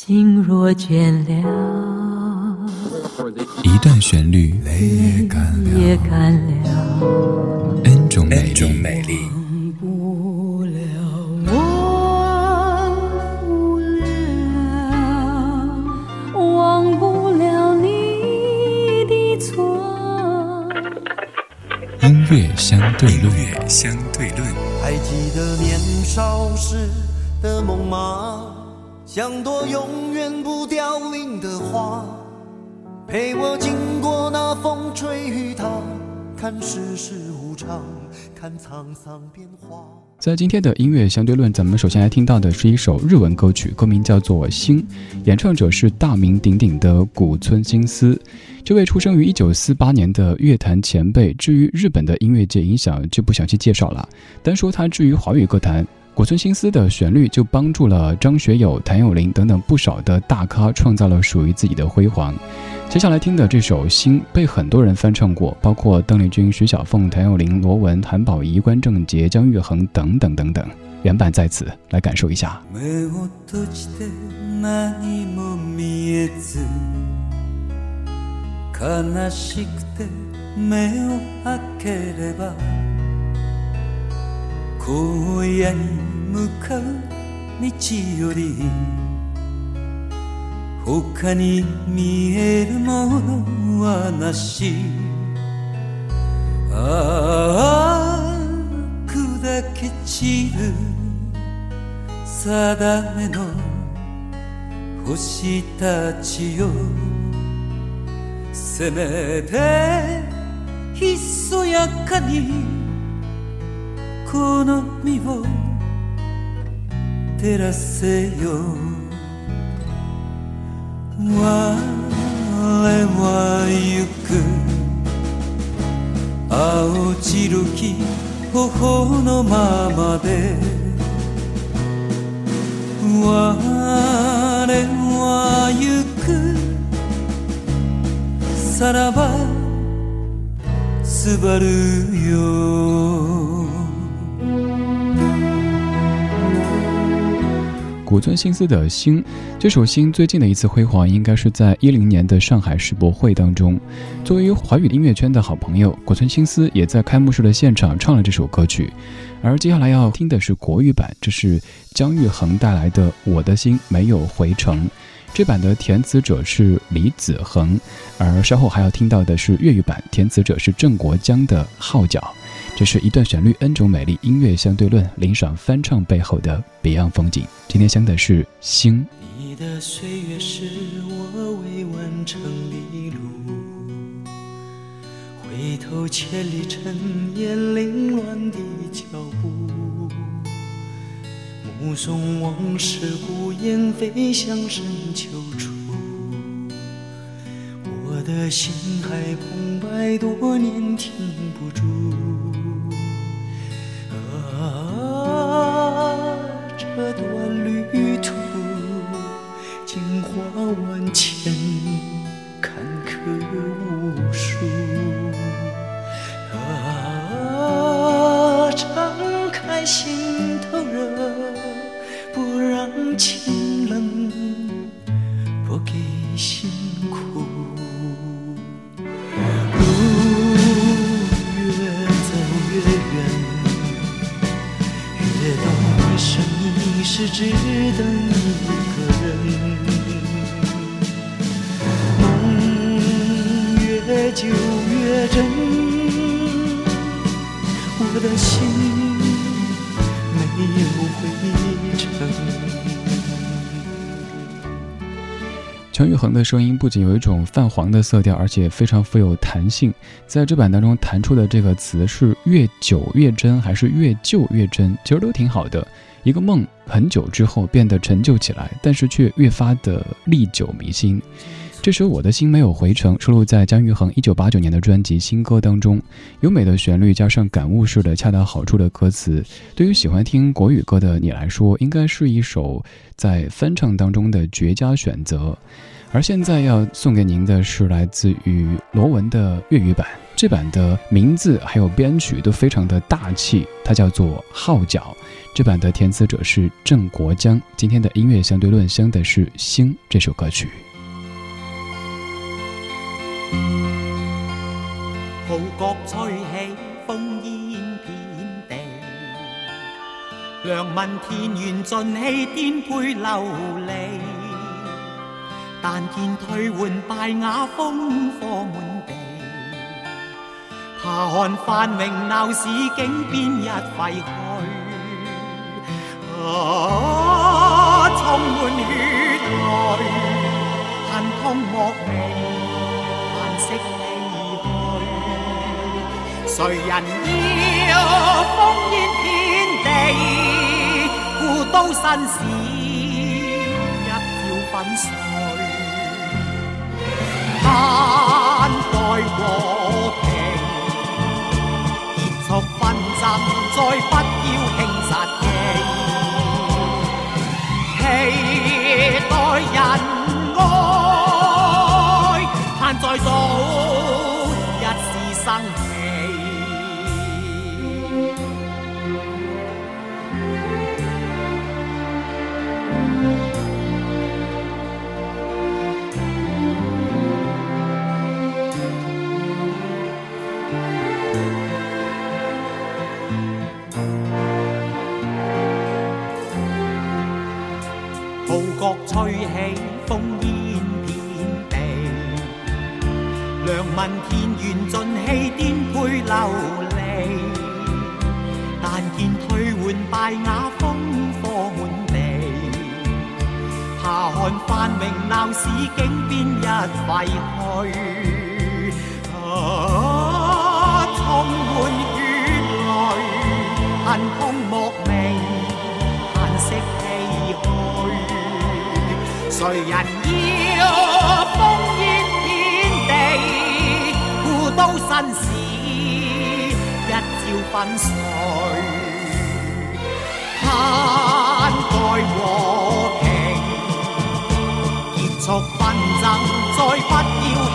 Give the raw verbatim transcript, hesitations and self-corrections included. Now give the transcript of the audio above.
心若倦了， 一段旋律也干了，也干了 N 种美丽，美丽忘不了，忘不了你的错。 音乐相对论，音乐相对论。 还记得年少时的梦吗？像朵永远不凋零的花，陪我经过那风吹雨打，看世事无常，看沧桑变化。 在今天的音乐相对论，咱们首先来听到的是一首日文歌曲，歌名叫做《星》，演唱者是大名鼎鼎的古村新司。这位出生于一九四八年的乐坛前辈，至于日本的音乐界影响就不详细介绍了，单说他至于华语歌坛，古村新司的旋律就帮助了张学友、谭咏麟等等不少的大咖创造了属于自己的辉煌。接下来听的这首《星》被很多人翻唱过，包括邓丽君、徐小凤、谭咏麟、罗文、韩宝仪、关正杰、姜育恒等等等等。原版在此，来感受一下。 悲しくて目を開ければ荒野に向かう道より他に見えるものはなし。ああ砕け散る定めの星たちよ、せめてひそやかにこの身を照らせよ。我は行く青白き頬のままで、我は行くさらばすばるよ。 古村新司的《星》，这首《星》最近的一次辉煌应该是在一零年的上海世博会当中。作为华语音乐圈的好朋友，古村新司也在开幕式的现场唱了这首歌曲。而接下来要听的是国语版，这是姜育恒带来的《我的心没有回程》。这版的填词者是李子恒，而稍后还要听到的是粤语版，填词者是郑国江的《号角》。这是一段旋律 N 种美丽，音乐相对论，欣赏翻唱背后的别样风景。今天香的是星。 你的岁月是我未完成的路，回头千里尘烟凌乱的脚步，目送往事孤雁飞向深秋处，我的心还空白多年停不住。啊，这段旅途惊花万千，坎坷无数。啊，敞开心头热，不让清冷拨给辛苦。路越走越远，越懂一生一世只等一个人。梦越久越真，我的心没有回程。 姜育恒的声音不仅有一种泛黄的色调，而且非常富有弹性。在这版当中弹出的这个词是越久越真还是越旧越真，其实都挺好的。一个梦很久之后变得陈旧起来，但是却越发的历久弥新。这首《我的心没有回程》收录在姜育恒一九八九年的专辑《新歌》当中，优美的旋律加上感悟式的恰到好处的歌词，对于喜欢听国语歌的你来说，应该是一首在翻唱当中的绝佳选择。 而现在要送给您的是来自于罗文的粤语版，这版的名字还有编曲都非常的大气，它叫做《号角》。这版的填词者是郑国江。今天的音乐相对论香的是《星》这首歌曲。 號角吹起，烽煙遍地，良民田園盡氣，顛沛流離。但見退換敗瓦，烽火滿地。下看繁榮鬧市，竟變一廢墟。啊，充滿血淚，恨痛莫名，嘆息唏噓。誰人要烽煙遍地，故都新事一朝粉碎。盼待和平，結束紛爭，再不要輕殺機。期待人愛，盼再早一絲生氣。號角吹起，烽煙遍地，良民田園盡氣，顛沛流離。但見退換敗瓦，烽火滿地。下看繁榮鬧市，竟變一廢墟。啊，充滿血淚，恨痛莫名，嘆息唏噓。誰人要烽煙遍地，故都新事一朝粉碎。盼待和平，結束紛爭，再不要